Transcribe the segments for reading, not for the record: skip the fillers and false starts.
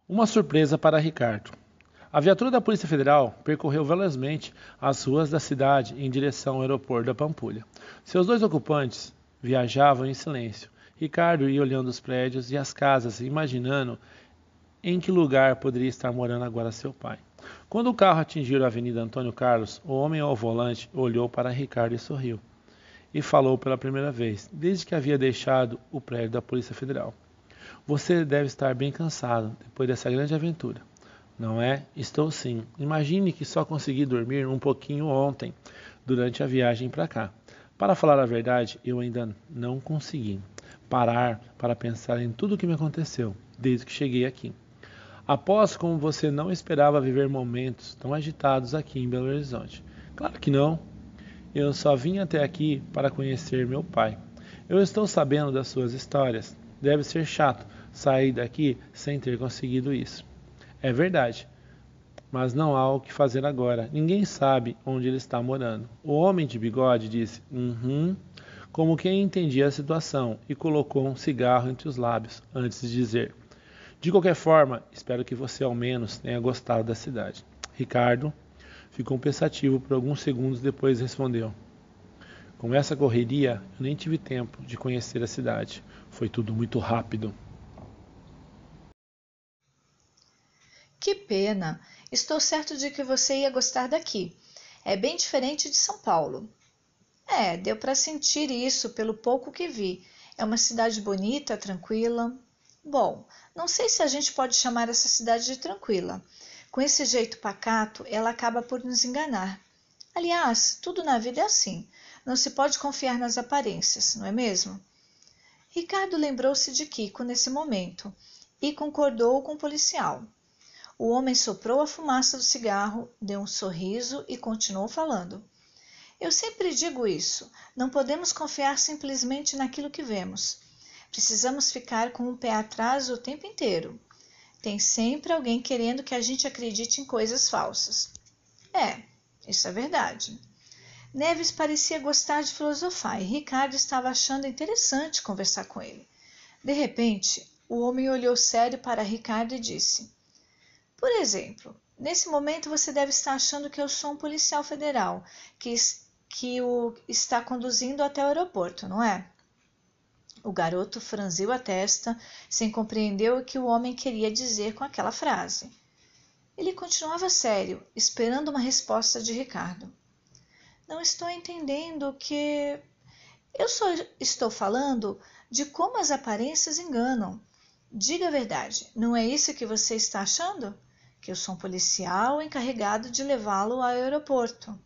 Uma surpresa para Ricardo. A viatura da Polícia Federal percorreu velozmente as ruas da cidade em direção ao aeroporto da Pampulha. Seus dois ocupantes viajavam em silêncio. Ricardo ia olhando os prédios e as casas, imaginando em que lugar poderia estar morando agora seu pai. Quando o carro atingiu a Avenida Antônio Carlos, o homem ao volante olhou para Ricardo e sorriu. E falou pela primeira vez, desde que havia deixado o prédio da Polícia Federal. Você deve estar bem cansado depois dessa grande aventura. Não é? Estou sim. Imagine que só consegui dormir um pouquinho ontem, durante a viagem para cá. Para falar a verdade, eu ainda não consegui parar para pensar em tudo o que me aconteceu, desde que cheguei aqui. Aposto como você não esperava viver momentos tão agitados aqui em Belo Horizonte. Claro que não. Eu só vim até aqui para conhecer meu pai. Eu estou sabendo das suas histórias. Deve ser chato sair daqui sem ter conseguido isso. É verdade, mas não há o que fazer agora. Ninguém sabe onde ele está morando. O homem de bigode disse, como quem entendia a situação, e colocou um cigarro entre os lábios, antes de dizer, de qualquer forma, espero que você ao menos tenha gostado da cidade. Ricardo ficou pensativo por alguns segundos, depois respondeu, com essa correria, eu nem tive tempo de conhecer a cidade. Foi tudo muito rápido. Que pena! Estou certo de que você ia gostar daqui. É bem diferente de São Paulo. Deu para sentir isso pelo pouco que vi. É uma cidade bonita, tranquila. Bom, não sei se a gente pode chamar essa cidade de tranquila. Com esse jeito pacato, ela acaba por nos enganar. Aliás, tudo na vida é assim. Não se pode confiar nas aparências, não é mesmo? Ricardo lembrou-se de Kiko nesse momento e concordou com o policial. O homem soprou a fumaça do cigarro, deu um sorriso e continuou falando. Eu sempre digo isso, não podemos confiar simplesmente naquilo que vemos. Precisamos ficar com o pé atrás o tempo inteiro. Tem sempre alguém querendo que a gente acredite em coisas falsas. Isso é verdade. Neves parecia gostar de filosofar e Ricardo estava achando interessante conversar com ele. De repente, o homem olhou sério para Ricardo e disse, por exemplo, nesse momento você deve estar achando que eu sou um policial federal que o está conduzindo até o aeroporto, não é? O garoto franziu a testa, sem compreender o que o homem queria dizer com aquela frase. Ele continuava sério, esperando uma resposta de Ricardo. Não estou entendendo que... Eu só estou falando de como as aparências enganam. Diga a verdade, não é isso que você está achando? Que eu sou um policial encarregado de levá-lo ao aeroporto.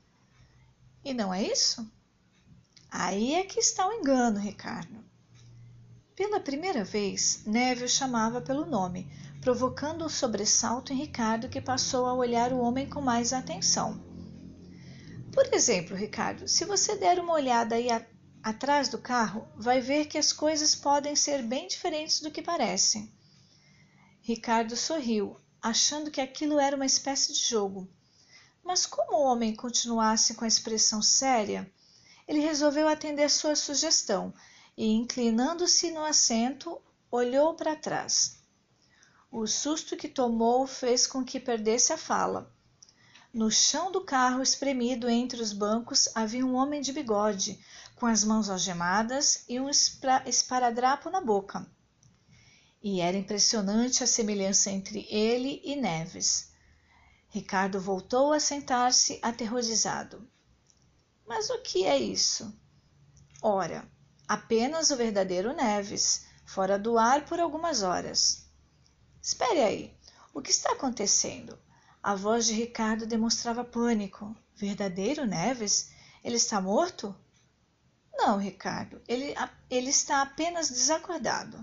E não é isso? Aí é que está o engano, Ricardo. Pela primeira vez, Neve o chamava pelo nome, provocando um sobressalto em Ricardo, que passou a olhar o homem com mais atenção. Por exemplo, Ricardo, se você der uma olhada aí atrás do carro, vai ver que as coisas podem ser bem diferentes do que parecem. Ricardo sorriu, achando que aquilo era uma espécie de jogo. Mas como o homem continuasse com a expressão séria, ele resolveu atender sua sugestão e, inclinando-se no assento, olhou para trás. O susto que tomou fez com que perdesse a fala. No chão do carro, espremido entre os bancos, havia um homem de bigode, com as mãos algemadas e um esparadrapo na boca. E era impressionante a semelhança entre ele e Neves. Ricardo voltou a sentar-se aterrorizado. Mas o que é isso? Ora, apenas o verdadeiro Neves, fora do ar por algumas horas. Espere aí, o que está acontecendo? A voz de Ricardo demonstrava pânico. Verdadeiro Neves? Ele está morto? Não, Ricardo, ele está apenas desacordado.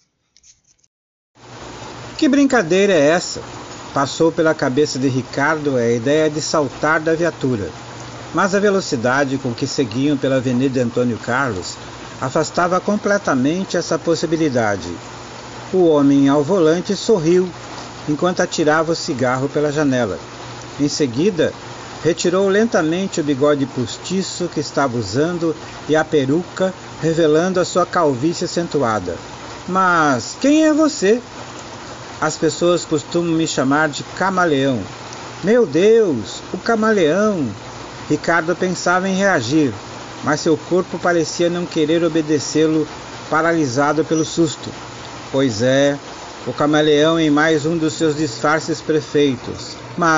Que brincadeira é essa? Passou pela cabeça de Ricardo a ideia de saltar da viatura, mas a velocidade com que seguiam pela Avenida Antônio Carlos afastava completamente essa possibilidade. O homem ao volante sorriu enquanto atirava o cigarro pela janela. Em seguida, retirou lentamente o bigode postiço que estava usando e a peruca, revelando a sua calvície acentuada. Mas quem é você? as pessoas costumam me chamar de camaleão. Meu Deus, o camaleão! Ricardo pensava em reagir, mas seu corpo parecia não querer obedecê-lo, paralisado pelo susto. Pois é, o camaleão em mais um dos seus disfarces perfeitos.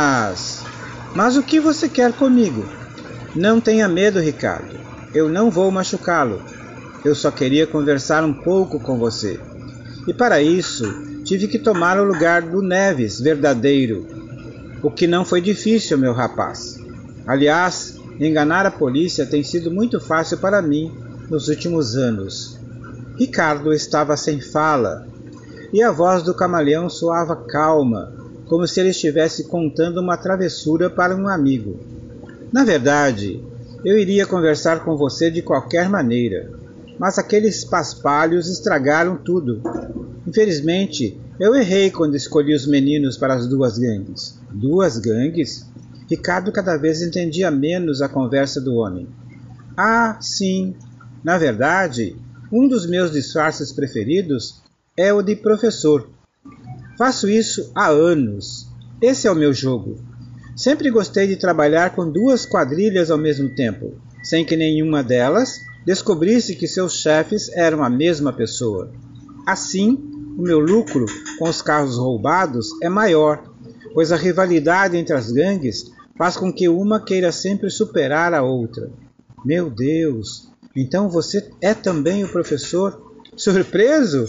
Mas o que você quer comigo? Não tenha medo, Ricardo. Eu não vou machucá-lo. Eu só queria conversar um pouco com você. E para isso, tive que tomar o lugar do Neves verdadeiro. O que não foi difícil, meu rapaz. Aliás, enganar a polícia tem sido muito fácil para mim nos últimos anos. Ricardo estava sem fala, e a voz do camaleão soava calma, como se ele estivesse contando uma travessura para um amigo. Na verdade, eu iria conversar com você de qualquer maneira, mas aqueles paspalhos estragaram tudo. Infelizmente, eu errei quando escolhi os meninos para as duas gangues. Duas gangues? Ricardo cada vez entendia menos a conversa do homem. Ah, sim. Na verdade, um dos meus disfarces preferidos é o de professor. Faço isso há anos. Esse é o meu jogo. Sempre gostei de trabalhar com duas quadrilhas ao mesmo tempo, sem que nenhuma delas descobrisse que seus chefes eram a mesma pessoa. Assim, o meu lucro com os carros roubados é maior, pois a rivalidade entre as gangues faz com que uma queira sempre superar a outra. Meu Deus, então você é também o professor? Surpreso?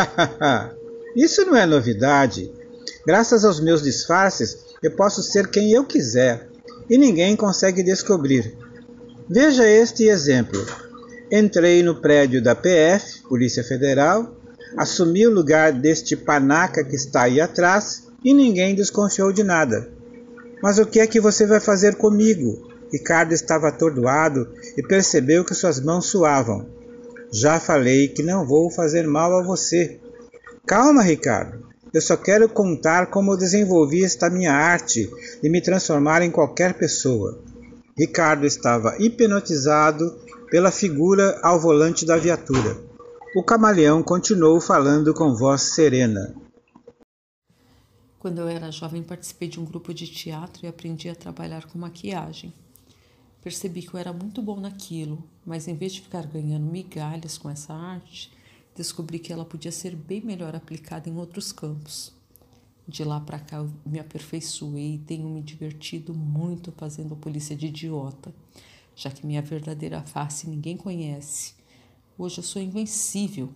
Isso não é novidade. Graças aos meus disfarces, eu posso ser quem eu quiser, e ninguém consegue descobrir. Veja este exemplo. Entrei no prédio da PF, Polícia Federal, assumi o lugar deste panaca que está aí atrás, e ninguém desconfiou de nada. Mas o que é que você vai fazer comigo? Ricardo estava atordoado e percebeu que suas mãos suavam. Já falei que não vou fazer mal a você. Calma, Ricardo. Eu só quero contar como eu desenvolvi esta minha arte de me transformar em qualquer pessoa. Ricardo estava hipnotizado pela figura ao volante da viatura. O camaleão continuou falando com voz serena. Quando eu era jovem, participei de um grupo de teatro e aprendi a trabalhar com maquiagem. Percebi que eu era muito bom naquilo, mas em vez de ficar ganhando migalhas com essa arte, descobri que ela podia ser bem melhor aplicada em outros campos. De lá para cá eu me aperfeiçoei e tenho me divertido muito fazendo polícia de idiota, já que minha verdadeira face ninguém conhece. Hoje eu sou invencível.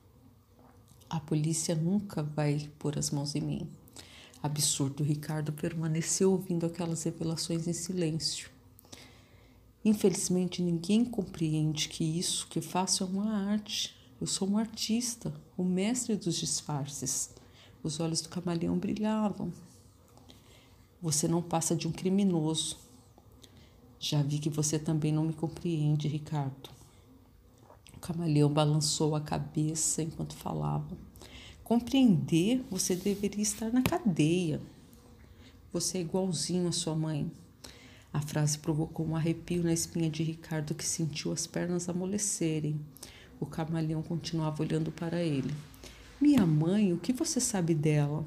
A polícia nunca vai pôr as mãos em mim. Absurdo, Ricardo permaneceu ouvindo aquelas revelações em silêncio. Infelizmente, ninguém compreende que isso que faço é uma arte. Eu sou um artista, o mestre dos disfarces. Os olhos do camaleão brilhavam. Você não passa de um criminoso. Já vi que você também não me compreende, Ricardo. O camaleão balançou a cabeça enquanto falava. Compreender, você deveria estar na cadeia. Você é igualzinho à sua mãe. A frase provocou um arrepio na espinha de Ricardo, que sentiu as pernas amolecerem. O camaleão continuava olhando para ele. Minha mãe, o que você sabe dela?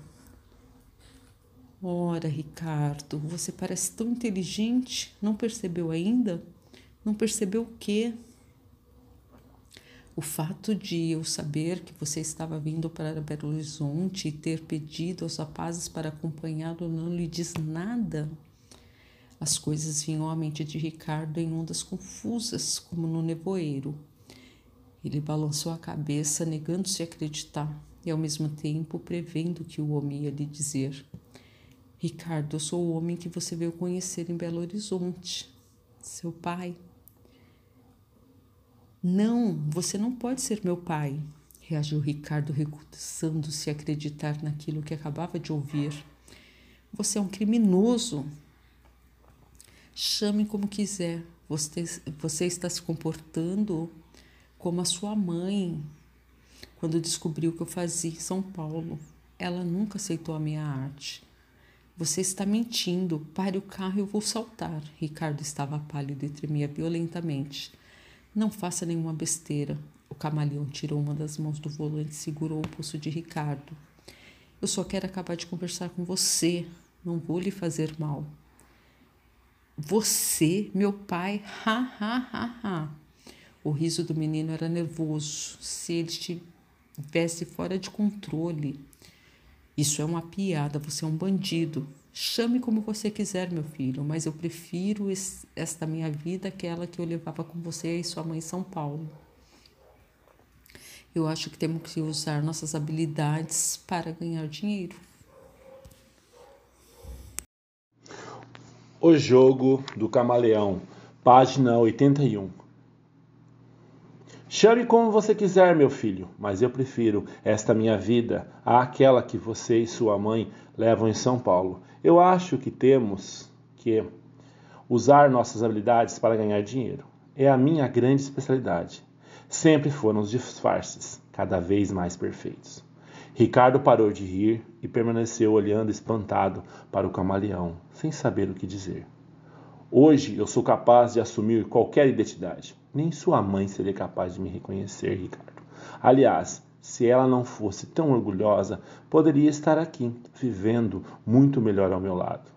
Ora, Ricardo, você parece tão inteligente. Não percebeu ainda? Não percebeu o quê? O fato de eu saber que você estava vindo para Belo Horizonte e ter pedido aos rapazes para acompanhá-lo não lhe diz nada? As coisas vinham à mente de Ricardo em ondas confusas, como no nevoeiro. Ele balançou a cabeça, negando-se a acreditar, e ao mesmo tempo prevendo o que o homem ia lhe dizer. Ricardo, eu sou o homem que você veio conhecer em Belo Horizonte. Seu pai. Não, você não pode ser meu pai, reagiu Ricardo, recusando-se a acreditar naquilo que acabava de ouvir. Você é um criminoso. Chame como quiser. Você está se comportando como a sua mãe, quando descobriu o que eu fazia em São Paulo. Ela nunca aceitou a minha arte. Você está mentindo. Pare o carro e eu vou saltar. Ricardo estava pálido e tremia violentamente. Não faça nenhuma besteira. O camaleão tirou uma das mãos do volante e segurou o pulso de Ricardo. Eu só quero acabar de conversar com você. Não vou lhe fazer mal. Você, meu pai, ha, ha, ha, ha. O riso do menino era nervoso, se ele estivesse fora de controle. Isso é uma piada, você é um bandido. Chame como você quiser, meu filho, mas eu prefiro esta minha vida àquela que eu levava com você e sua mãe em São Paulo. Eu acho que temos que usar nossas habilidades para ganhar dinheiro. O Jogo do Camaleão, página 81. Chame como você quiser, meu filho, mas eu prefiro esta minha vida àquela que você e sua mãe levam em São Paulo. Eu acho que temos que usar nossas habilidades para ganhar dinheiro. É a minha grande especialidade. Sempre foram os disfarces, cada vez mais perfeitos. Ricardo parou de rir e permaneceu olhando espantado para o camaleão, sem saber o que dizer. Hoje eu sou capaz de assumir qualquer identidade. Nem sua mãe seria capaz de me reconhecer, Ricardo. Aliás, se ela não fosse tão orgulhosa, poderia estar aqui, vivendo muito melhor ao meu lado.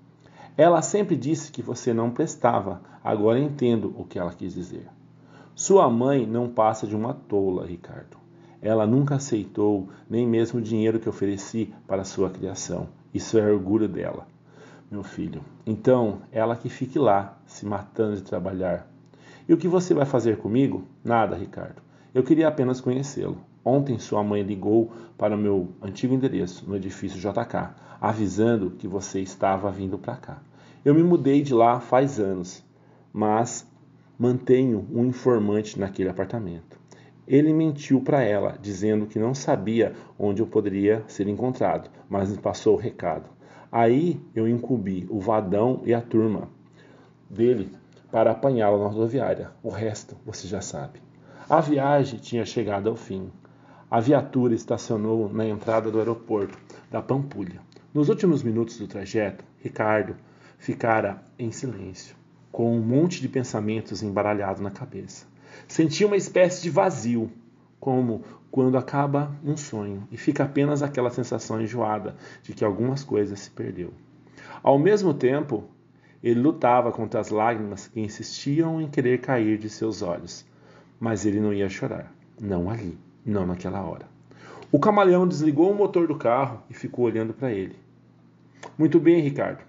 Ela sempre disse que você não prestava, agora entendo o que ela quis dizer. Sua mãe não passa de uma tola, Ricardo. Ela nunca aceitou nem mesmo o dinheiro que ofereci para sua criação. Isso é orgulho dela, meu filho. Então, ela que fique lá, se matando de trabalhar. E o que você vai fazer comigo? Nada, Ricardo. Eu queria apenas conhecê-lo. Ontem sua mãe ligou para o meu antigo endereço, no edifício JK, avisando que você estava vindo para cá. Eu me mudei de lá faz anos, mas mantenho um informante naquele apartamento. Ele mentiu para ela, dizendo que não sabia onde eu poderia ser encontrado, mas me passou o recado. Aí eu incumbi o Vadão e a turma dele para apanhá-lo na rodoviária. O resto você já sabe. A viagem tinha chegado ao fim. A viatura estacionou na entrada do aeroporto da Pampulha. Nos últimos minutos do trajeto, Ricardo ficara em silêncio, com um monte de pensamentos embaralhados na cabeça. Sentia uma espécie de vazio, como quando acaba um sonho e fica apenas aquela sensação enjoada de que algumas coisas se perdeu. Ao mesmo tempo, ele lutava contra as lágrimas que insistiam em querer cair de seus olhos, mas ele não ia chorar, não ali, não naquela hora. O camaleão desligou o motor do carro e ficou olhando para ele. Muito bem, Ricardo.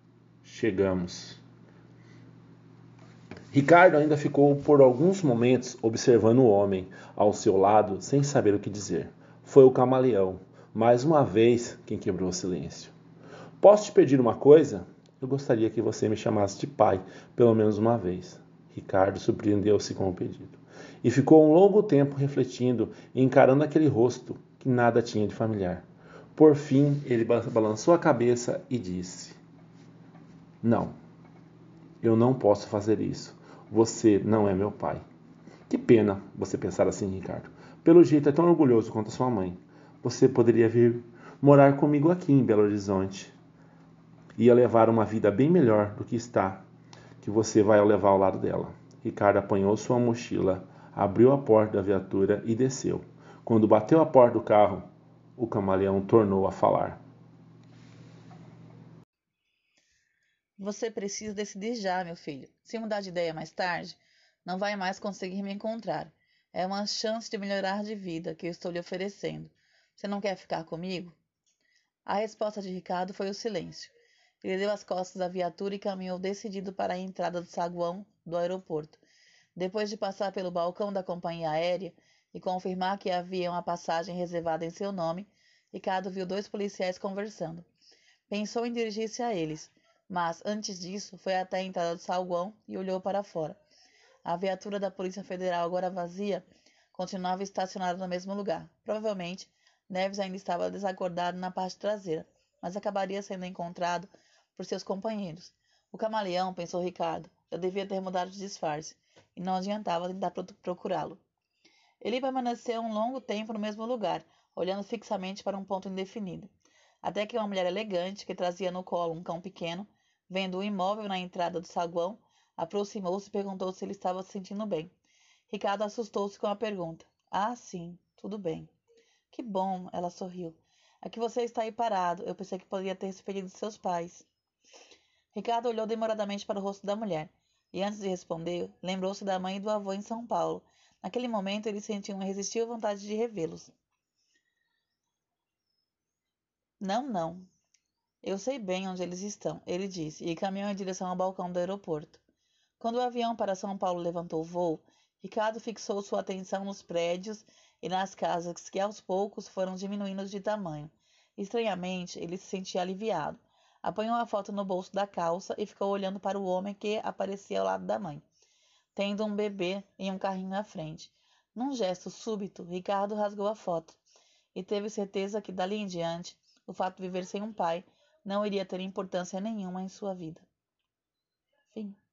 Chegamos. Ricardo ainda ficou por alguns momentos observando o homem ao seu lado sem saber o que dizer. Foi o camaleão, mais uma vez, quem quebrou o silêncio. Posso te pedir uma coisa? Eu gostaria que você me chamasse de pai, pelo menos uma vez. Ricardo surpreendeu-se com o pedido. E ficou um longo tempo refletindo e encarando aquele rosto que nada tinha de familiar. Por fim, ele balançou a cabeça e disse: Não, eu não posso fazer isso. Você não é meu pai. Que pena você pensar assim, Ricardo. Pelo jeito é tão orgulhoso quanto a sua mãe. Você poderia vir morar comigo aqui em Belo Horizonte. Ia levar uma vida bem melhor do que está, que você vai levar ao lado dela. Ricardo apanhou sua mochila, abriu a porta da viatura e desceu. Quando bateu a porta do carro, o camaleão tornou a falar. Você precisa decidir já, meu filho. Se mudar de ideia mais tarde, não vai mais conseguir me encontrar. É uma chance de melhorar de vida que eu estou lhe oferecendo. Você não quer ficar comigo? A resposta de Ricardo foi o silêncio. Ele deu as costas à viatura e caminhou decidido para a entrada do saguão do aeroporto. Depois de passar pelo balcão da companhia aérea e confirmar que havia uma passagem reservada em seu nome, Ricardo viu dois policiais conversando. Pensou em dirigir-se a eles, mas, antes disso, foi até a entrada do saguão e olhou para fora. A viatura da Polícia Federal, agora vazia, continuava estacionada no mesmo lugar. Provavelmente, Neves ainda estava desacordado na parte traseira, mas acabaria sendo encontrado por seus companheiros. O camaleão, pensou Ricardo, já devia ter mudado de disfarce, e não adiantava tentar procurá-lo. Ele permaneceu um longo tempo no mesmo lugar, olhando fixamente para um ponto indefinido, até que uma mulher elegante, que trazia no colo um cão pequeno, vendo o imóvel na entrada do saguão, aproximou-se e perguntou se ele estava se sentindo bem. Ricardo assustou-se com a pergunta. Ah, sim, tudo bem. Que bom, ela sorriu. É que você está aí parado. Eu pensei que poderia ter se referido de seus pais. Ricardo olhou demoradamente para o rosto da mulher, e antes de responder, lembrou-se da mãe e do avô em São Paulo. Naquele momento, ele sentiu uma irresistível vontade de revê-los. Não, não. Eu sei bem onde eles estão, ele disse, e caminhou em direção ao balcão do aeroporto. Quando o avião para São Paulo levantou o voo, Ricardo fixou sua atenção nos prédios e nas casas que aos poucos foram diminuindo de tamanho. Estranhamente, ele se sentia aliviado. Apanhou a foto no bolso da calça e ficou olhando para o homem que aparecia ao lado da mãe, tendo um bebê em um carrinho à frente. Num gesto súbito, Ricardo rasgou a foto e teve certeza que dali em diante o fato de viver sem um pai não iria ter importância nenhuma em sua vida. Fim.